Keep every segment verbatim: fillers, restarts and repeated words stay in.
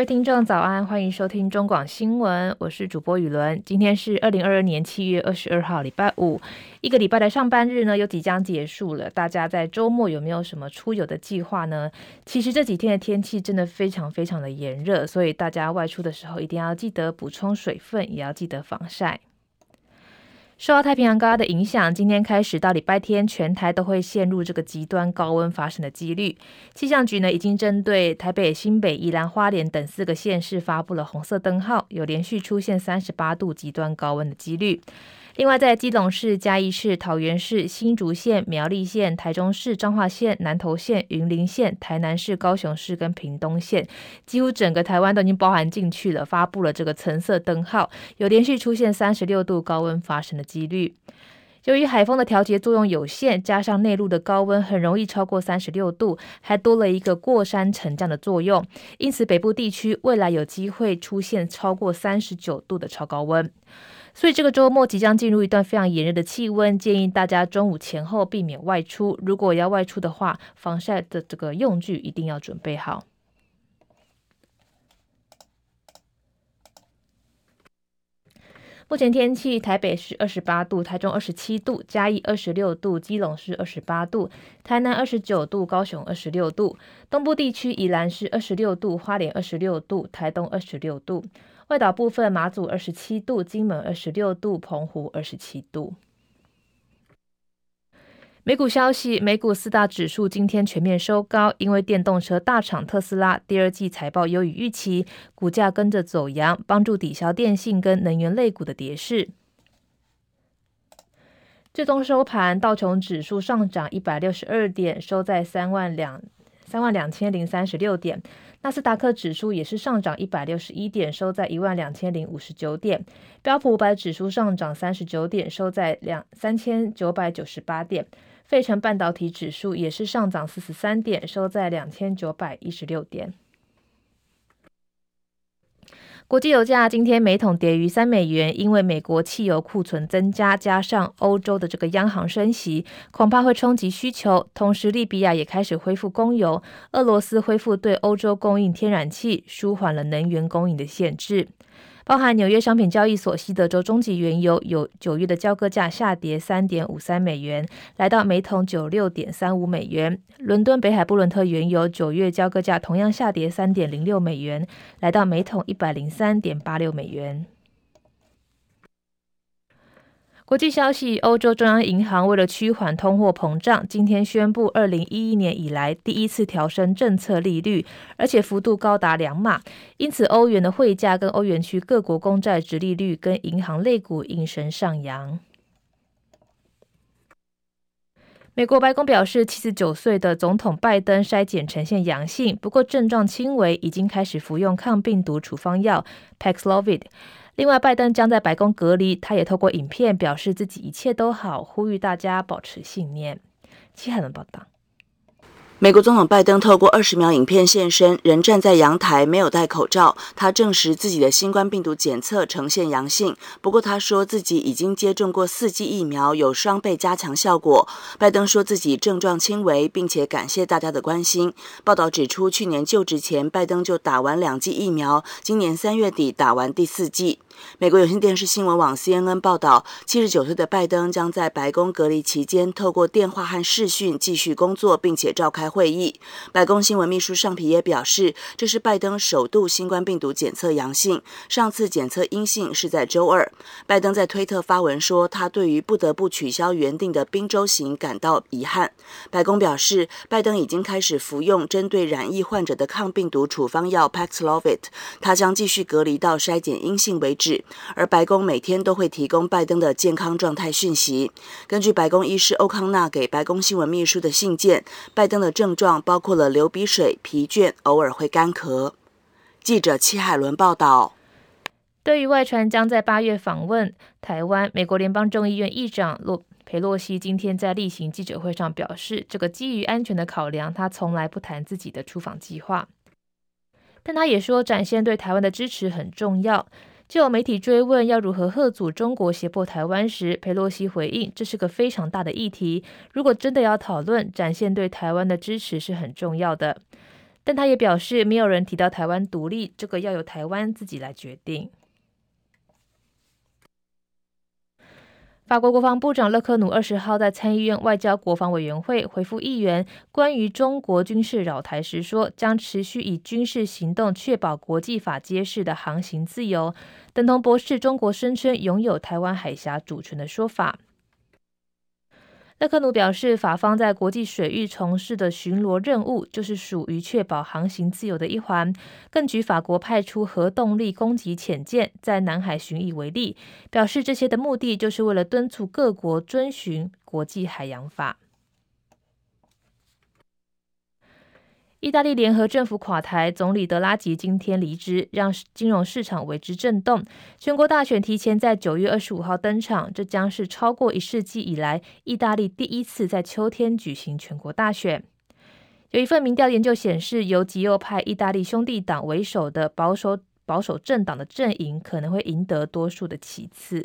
位听众早安，欢迎收听中广新闻，我是主播雨伦。今天是二零二二年七月二十二号礼拜五，一个礼拜的上班日呢又即将结束了，大家在周末有没有什么出游的计划呢？其实这几天的天气真的非常非常的炎热，所以大家外出的时候一定要记得补充水分，也要记得防晒。受到太平洋高压的影响，今天开始到礼拜天，全台都会陷入这个极端高温发生的几率。气象局呢已经针对台北、新北、宜兰、花莲等四个县市发布了红色灯号，有连续出现三十八度极端高温的几率。另外，在基隆市、嘉义市、桃园市、新竹县、苗栗县、台中市、彰化县、南投县、云林县、台南市、高雄市跟屏东县，几乎整个台湾都已经包含进去了，发布了这个橙色灯号，有连续出现三十六度高温发生的几率。由于海风的调节作用有限，加上内陆的高温很容易超过三十六度，还多了一个过山沉降的作用，因此北部地区未来有机会出现超过三十九度的超高温。所以这个周末即将进入一段非常炎热的气温，建议大家中午前后避免外出，如果要外出的话，防晒的这个用具一定要准备好。目前天气，台北市二十八度，台中二十七度，嘉义二十六度，基隆市二十八度，台南二十九度，高雄二十六度，东部地区宜兰市二十六度，花莲二十六度，台东二十六度，外岛部分马祖二十七度，金门二十六度，澎湖二十七度。美股消息，美股四大指数今天全面收高，因为电动车大厂特斯拉第二季财报优于预期，股价跟着走阳，帮助抵消电信跟能源类股的跌势。最终收盘，道琼指数上涨一百六十二点，收在三万两千零三十六点。纳斯达克指数也是上涨一百六十一点，收在一万两千零五十九点。标普五百指数上涨三十九点，收在三千九百九十八点。费城半导体指数也是上涨四十三点，收在两千九百一十六点。国际油价今天每桶跌逾三美元，因为美国汽油库存增加，加上欧洲的这个央行升息，恐怕会冲击需求。同时，利比亚也开始恢复供油，俄罗斯恢复对欧洲供应天然气，舒缓了能源供应的限制。包含纽约商品交易所西德州中级原油有九月的交割价下跌 三点五三美元，来到每桶 九十六点三五美元。伦敦北海布伦特原油九月交割价同样下跌 三点零六美元，来到每桶 一百零三点八六美元。国际消息，欧洲中央银行为了趋缓通货膨胀，今天宣布二零一一年以来第一次调升政策利率，而且幅度高达两码，因此欧元的汇价跟欧元区各国公债殖利率跟银行类股应声上扬。美国白宫表示，七十九岁的总统拜登筛检呈现阳性，不过症状轻微，已经开始服用抗病毒处方药 Paxlovid。另外，拜登将在白宫隔离，他也透过影片表示自己一切都好，呼吁大家保持信念。戚海伦报道。 美国总统拜登透过二十秒影片现身，人站在阳台，没有戴口罩。他证实自己的新冠病毒检测呈现阳性，不过他说自己已经接种过四剂疫苗，有双倍加强效果。拜登说自己症状轻微，并且感谢大家的关心。报道指出，去年就职前，拜登就打完两剂疫苗，今年三月底打完第四剂。美国有线电视新闻网 C N N 报道，七十九岁的拜登将在白宫隔离期间透过电话和视讯继续工作，并且召开会议。白宫新闻秘书尚皮耶表示，这是拜登首度新冠病毒检测阳性，上次检测阴性是在周二。拜登在推特发文说，他对于不得不取消原定的宾州行感到遗憾。白宫表示，拜登已经开始服用针对染疫患者的抗病毒处方药 Paxlovid， 他将继续隔离到筛检阴性为止。而白宫每天都会提供拜登的健康状态讯息。根据白宫医师欧康纳给白宫新闻秘书的信件，拜登的症状包括了流鼻水、疲倦，偶尔会干咳。记者戚海伦报道。 对于外传将在八月访问台湾，美国联邦众议院议长裴洛西今天在例行记者会上表示，这个基于安全的考量，他从来不谈自己的出访计划。但他也说，展现对台湾的支持很重要。就有媒体追问要如何嚇阻中国胁迫台湾时，裴洛西回应，这是个非常大的议题，如果真的要讨论，展现对台湾的支持是很重要的。 但他也表示，没有人提到台湾独立，这个要由台湾自己来决定。法国国防部长勒克努二十号在参议院外交国防委员会回复议员关于中国军事扰台时说，将持续以军事行动确保国际法揭示的航行自由，等同驳斥中国声称拥有台湾海峡主权的说法。勒克努表示，法方在国际水域从事的巡逻任务就是属于确保航行自由的一环，更举法国派出核动力攻击潜舰在南海巡弋为例，表示这些的目的就是为了敦促各国遵循国际海洋法。意大利联合政府垮台，总理德拉吉今天离职，让金融市场为之震动。全国大选提前在九月二十五号登场，这将是超过一世纪以来意大利第一次在秋天举行全国大选。有一份民调研究显示，由极右派意大利兄弟党为首的保守保守政党的阵营可能会赢得多数的席次。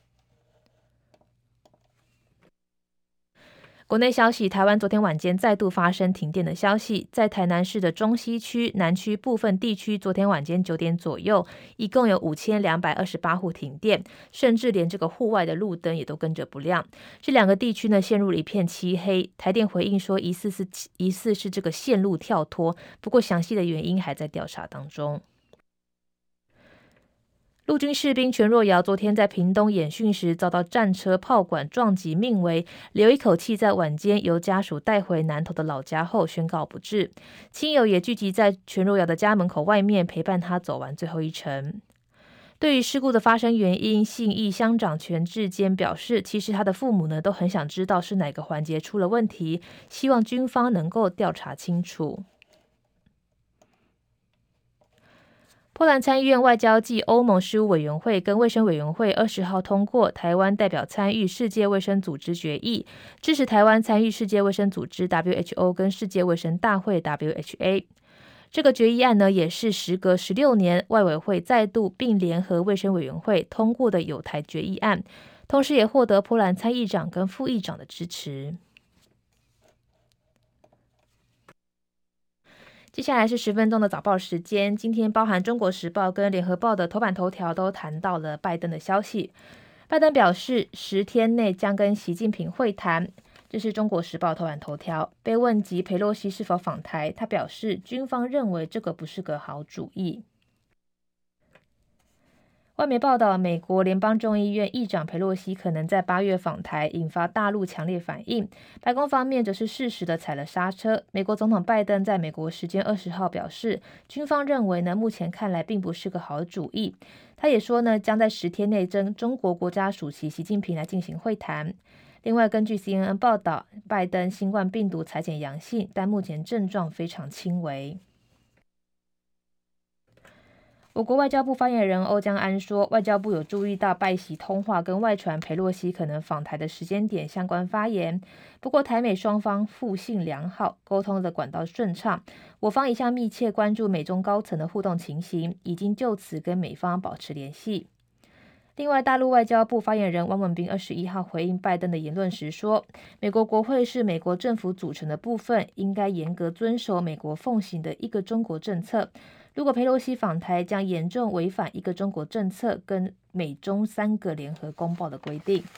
国内消息，台湾昨天晚间再度发生停电的消息，在台南市的中西区、南区部分地区，昨天晚间九点左右，一共有五千两百二十八户停电，甚至连这个户外的路灯也都跟着不亮。这两个地区呢，陷入了一片漆黑。台电回应说，疑似是疑似是这个线路跳脱，不过详细的原因还在调查当中。陆军士兵全若瑶昨天在屏东演训时遭到战车炮管撞击命危，留一口气在晚间由家属带回南投的老家后宣告不治，亲友也聚集在全若瑶的家门口外面陪伴他走完最后一程。对于事故的发生原因，信义乡长全志坚表示，其实他的父母呢都很想知道是哪个环节出了问题，希望军方能够调查清楚。波兰参议院外交暨欧盟事务委员会跟卫生委员会二十号通过台湾代表参与世界卫生组织决议，支持台湾参与世界卫生组织 W H O 跟世界卫生大会 W H A。 这个决议案呢，也是时隔十六年外委会再度并联合卫生委员会通过的友台决议案，同时也获得波兰参议长跟副议长的支持。接下来是十分钟的早报时间，今天包含中国时报跟联合报的头版头条都谈到了拜登的消息。拜登表示十天内将跟习近平会谈，这是中国时报头版头条。被问及裴洛西是否访台，他表示军方认为这个不是个好主意。外媒报道，美国联邦众议院议长裴洛西可能在八月访台，引发大陆强烈反应。白宫方面则是适时的踩了刹车。美国总统拜登在美国时间二十号表示，军方认为呢，目前看来并不是个好主意。他也说呢，将在十天内跟中国国家主席习近平来进行会谈。另外，根据 C N N 报道，拜登新冠病毒采检阳性，但目前症状非常轻微。我国外交部发言人欧江安说，外交部有注意到拜习通话跟外传裴洛西可能访台的时间点相关发言，不过台美双方互信良好，沟通的管道顺畅，我方一向密切关注美中高层的互动情形，已经就此跟美方保持联系。另外，大陆外交部发言人汪文斌二十一号回应拜登的言论时说，美国国会是美国政府组成的部分，应该严格遵守美国奉行的一个中国政策。如果裴洛西访台，将严重违反一个中国政策跟美中三个联合公报的规定。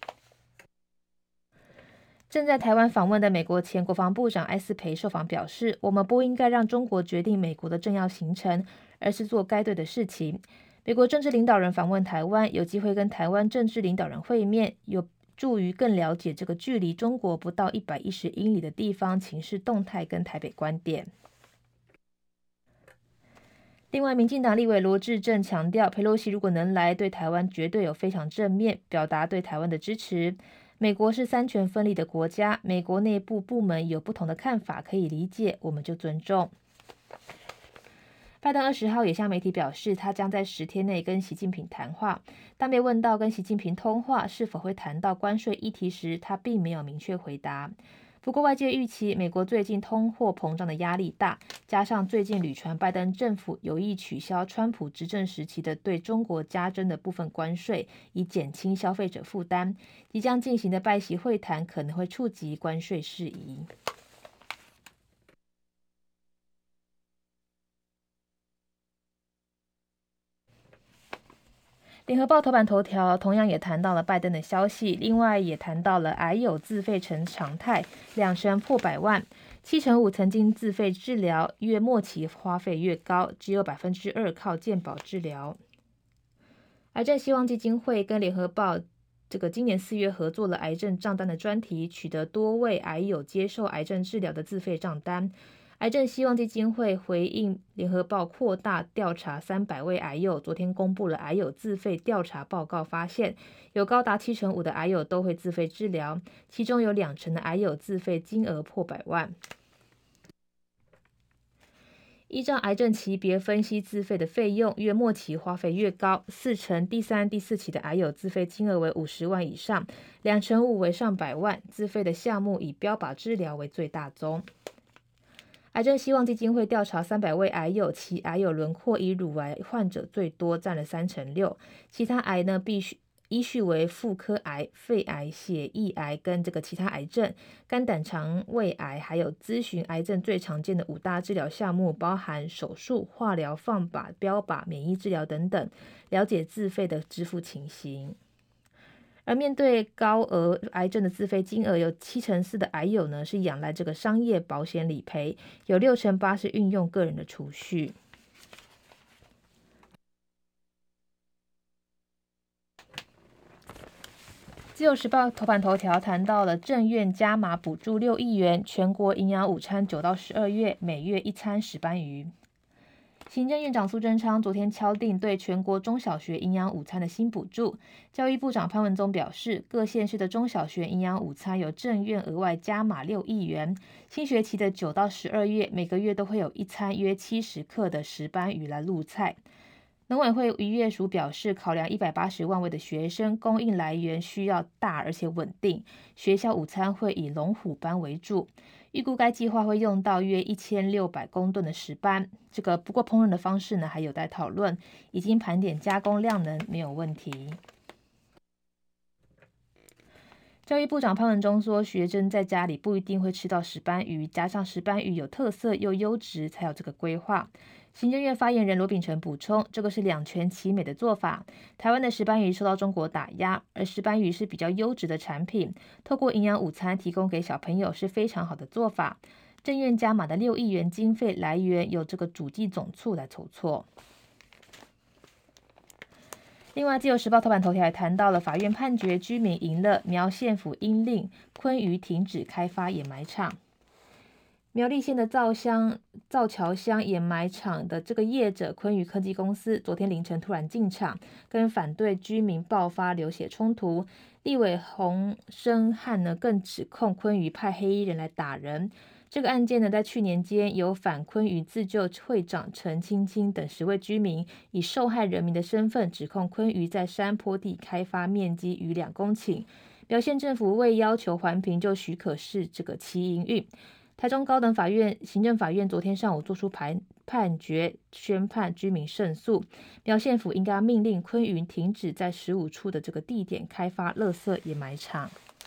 正在台湾访问的美国前国防部长艾斯培受访表示，我们不应该让中国决定美国的政要行程，而是做该对的事情。美国政治领导人访问台湾，有机会跟台湾政治领导人会面，有助于更了解这个距离中国不到一百一十英里的地方情势动态跟台北观点。另外，民进党立委罗致政强调，裴洛西如果能来，对台湾绝对有非常正面，表达对台湾的支持。美国是三权分立的国家，美国内部部门有不同的看法，可以理解，我们就尊重。拜登二十号也向媒体表示，他将在十天内跟习近平谈话。当被问到跟习近平通话是否会谈到关税议题时，他并没有明确回答。不过外界预期，美国最近通货膨胀的压力大，加上最近屡传拜登政府有意取消川普执政时期的对中国加征的部分关税，以减轻消费者负担，即将进行的拜习会谈可能会触及关税事宜。 联合报头版头条同样也谈到了拜登的消息，另外也谈到了癌友自费成常态，两成破百万，七成五曾经自费治疗，越末期花费越高，只有百分之二靠健保治疗。癌症希望基金会跟联合报这个今年四月合作了癌症账单的专题，取得多位癌友接受癌症治疗的自费账单。癌症希望基金会回应联合报扩大调查三百位癌友，昨天公布了癌友自费调查报告，发现有高达七成五的癌友都会自费治疗，其中有两成的癌友自费金额破百万。依照癌症级别分析自费的费用，越末期花费越高，四成第三、第四期的癌友自费金额为五十万以上，两成五为上百万，自费的项目以标靶治疗为最大宗。癌症希望基金会调查三百位癌友，其癌友轮廓以乳癌患者最多，占了三成六，其他癌呢必须依序为妇科癌、肺癌、血液癌跟这个其他癌症、肝胆肠胃癌，还有咨询癌症最常见的五大治疗项目，包含手术、化疗、放靶、标靶、免疫治疗等等，了解自费的支付情形。而面对高额癌症的自费金额，有七成四的癌友呢是仰赖这个商业保险理赔，有六成八是运用个人的储蓄。自由时报头版头条谈到了政院加码补助六亿元，全国营养午餐九到十二月每月一餐石斑鱼。行政院长苏贞昌昨天敲定对全国中小学营养午餐的新补助。教育部长潘文宗表示，各县市的中小学营养午餐由政院额外加码六亿元，新学期的九到十二月每个月都会有一餐约七十克的石斑鱼来入菜。农委会渔业署表示，考量一百八十万位的学生，供应来源需要大而且稳定，学校午餐会以龙虎斑为主。预估该计划会用到约一千六百公吨的石斑，这个不过烹饪的方式呢还有待讨论，已经盘点加工量能没有问题。教育部长潘文忠说，学生在家里不一定会吃到石斑鱼，加上石斑鱼有特色又优质，才有这个规划。行政院发言人罗秉成补充，这个是两全其美的做法。台湾的石斑鱼受到中国打压，而石斑鱼是比较优质的产品，透过营养午餐提供给小朋友是非常好的做法。政院加码的六亿元经费来源由这个主计总处来筹措。另外，自由时报头版头条也谈到了法院判决居民赢了，苗县府应令昆鱼停止开发掩埋场。苗栗县的造乡造桥乡掩埋场的这个业者昆鱼科技公司，昨天凌晨突然进场，跟反对居民爆发流血冲突。立委洪生汉呢，更指控昆鱼派黑衣人来打人。这个案件呢，在去年间由反昆鱼自救会长陈青青等十位居民以受害人民的身份，指控昆鱼在山坡地开发面积逾两公顷，苗县政府未要求环评就许可是这个其营运。台中高等法院行政法院昨天上午作出判判决，宣判居民胜诉，苗县府应该命令昆鱼停止在十五处的这个地点开发垃圾掩埋场。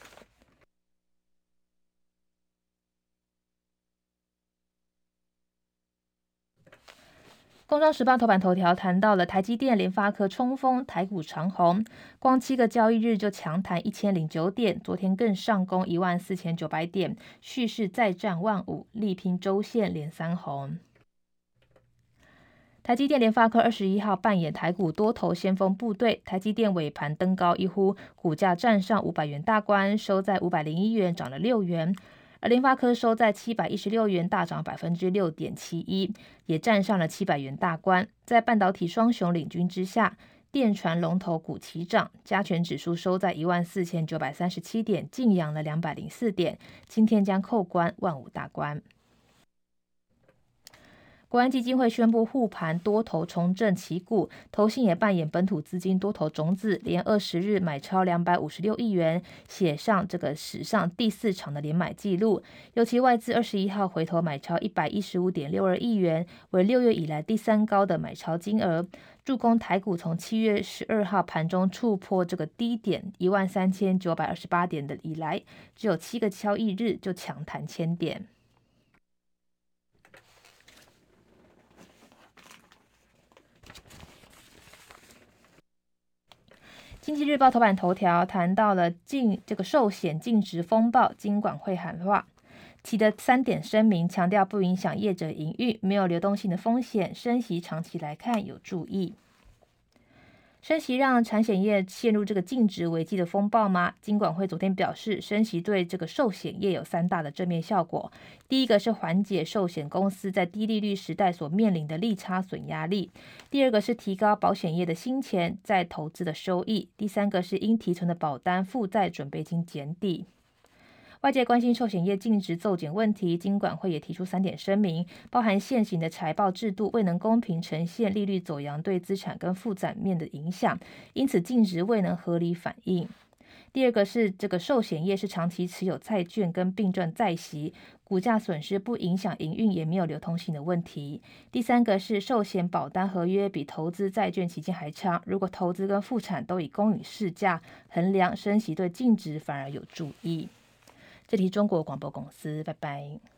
工商时报头版头条谈到了台积电、联发科冲锋，台股长红，光七个交易日就强弹一千零九点，昨天更上攻一万四千九百点，蓄势再战万五，力拼周线连三红。台积电、联发科二十一号扮演台股多头先锋部队，台积电尾盘登高一呼，股价站上五百元大关，收在五百零一元，涨了六元。而联发科收在七百一十六元，大涨百分之六点七一，也站上了七百元大关。在半导体双雄领军之下，电传龙头股齐涨，加权指数收在一万四千九百三十七点，净扬了两百零四点，今天将扣关万五大关。国安基金会宣布护盘多头重振旗鼓，投信也扮演本土资金多头种子，连二十日买超两百五十六亿元，写上这个史上第四场的连买纪录。尤其外资二十一号回头买超一百一十五点六二亿元，为六月以来第三高的买超金额，助攻台股从七月十二号盘中触破这个低点一万三千九百二十八点的以来，只有七个交易日就强弹千点。 经济日报头版头条谈到了净这个寿险净值风暴，金管会喊话，提的三点声明，强调不影响业者营运，没有流动性的风险，升息长期来看有助益。升息让产险业陷入这个净值危机的风暴吗？金管会昨天表示，升息对这个寿险业有三大的正面效果。第一个是缓解寿险公司在低利率时代所面临的利差损压力；第二个是提高保险业的新钱再投资的收益；第三个是因提存的保单负债准备金减抵。外界关心寿险业净值骤减问题，金管会也提出三点声明，包含现行的财报制度未能公平呈现利率走扬对资产跟负债面的影响，因此净值未能合理反映。第二个是这个寿险业是长期持有债券跟并赚债息，股价损失不影响营运，也没有流通性的问题。第三个是寿险保单合约比投资债券期间还长，如果投资跟复产都以公允市价衡量，升息对净值反而有助益。这里是中国广播公司，拜拜。